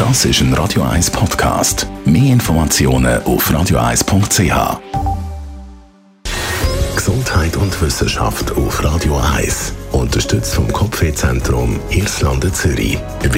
Das ist ein Radio 1 Podcast. Mehr Informationen auf radio1.ch. Gesundheit und Wissenschaft auf Radio 1. Unterstützt vom Kopfwehzentrum Irlande Zürich.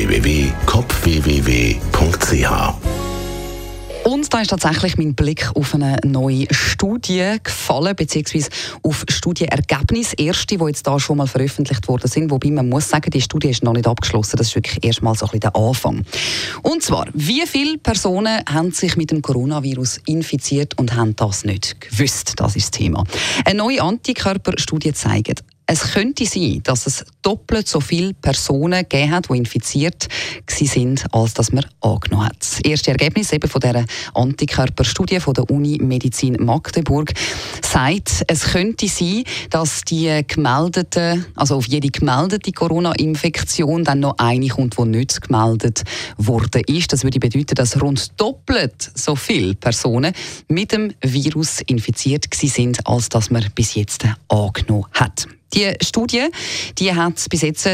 www.kopfwww.ch. Und da ist tatsächlich mein Blick auf eine neue Studie gefallen, beziehungsweise auf Studienergebnisse. Erste, die jetzt da schon mal veröffentlicht worden sind. Wobei man muss sagen, die Studie ist noch nicht abgeschlossen. Das ist wirklich erst mal so ein bisschen der Anfang. Und zwar, wie viele Personen haben sich mit dem Coronavirus infiziert und haben das nicht gewusst? Das ist das Thema. Eine neue Antikörperstudie zeigt, es könnte sein, dass es doppelt so viele Personen gegeben hat, die infiziert sind, als dass man angenommen hat. Das erste Ergebnis eben von dieser Antikörperstudie von der Uni Medizin Magdeburg sagt, es könnte sein, dass die gemeldete, also auf jede gemeldete Corona-Infektion dann noch eine kommt, die nicht gemeldet worden ist. Das würde bedeuten, dass rund doppelt so viele Personen mit dem Virus infiziert sind, als dass man bis jetzt angenommen hat. Die Studie hat bis jetzt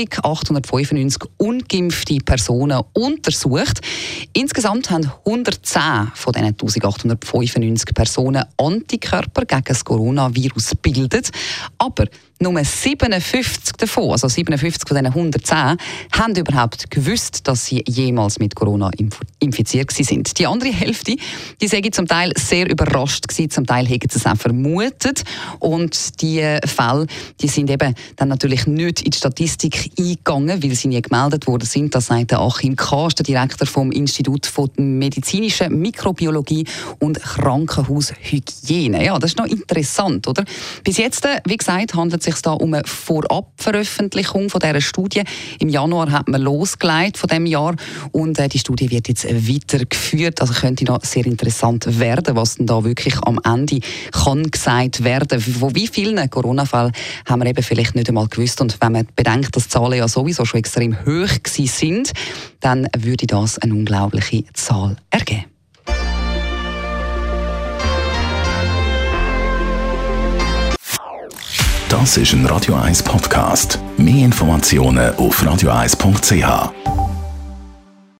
1895 ungeimpfte Personen untersucht. Insgesamt haben 110 von diesen 1895 Personen Antikörper gegen das Coronavirus gebildet. Aber nur 57 davon, also 57 von diesen 110, haben überhaupt gewusst, dass sie jemals mit Corona infiziert sind. Die andere Hälfte, die sind zum Teil sehr überrascht gewesen, zum Teil haben sie es auch vermutet. Und die Fälle, die sind eben dann natürlich nicht in die Statistik eingegangen, weil sie nie gemeldet worden sind. Das sagt der Achim Kaas, der Direktor vom Institut für medizinische Mikrobiologie und Krankenhaushygiene. Ja, das ist noch interessant, oder? Bis jetzt, wie gesagt, handelt es sich da um eine Vorabveröffentlichung von dieser Studie. Im Januar hat man losgelegt von diesem Jahr und die Studie wird jetzt weitergeführt. Also könnte noch sehr interessant werden, was denn da wirklich am Ende kann gesagt werden. Von wie vielen Corona-Fällen haben wir eben vielleicht nicht einmal gewusst. Und wenn man bedenkt, dass die Zahlen ja sowieso schon extrem hoch sind, dann würde das eine unglaubliche Zahl ergeben. Das ist ein Radio 1 Podcast. Mehr Informationen auf radio1.ch.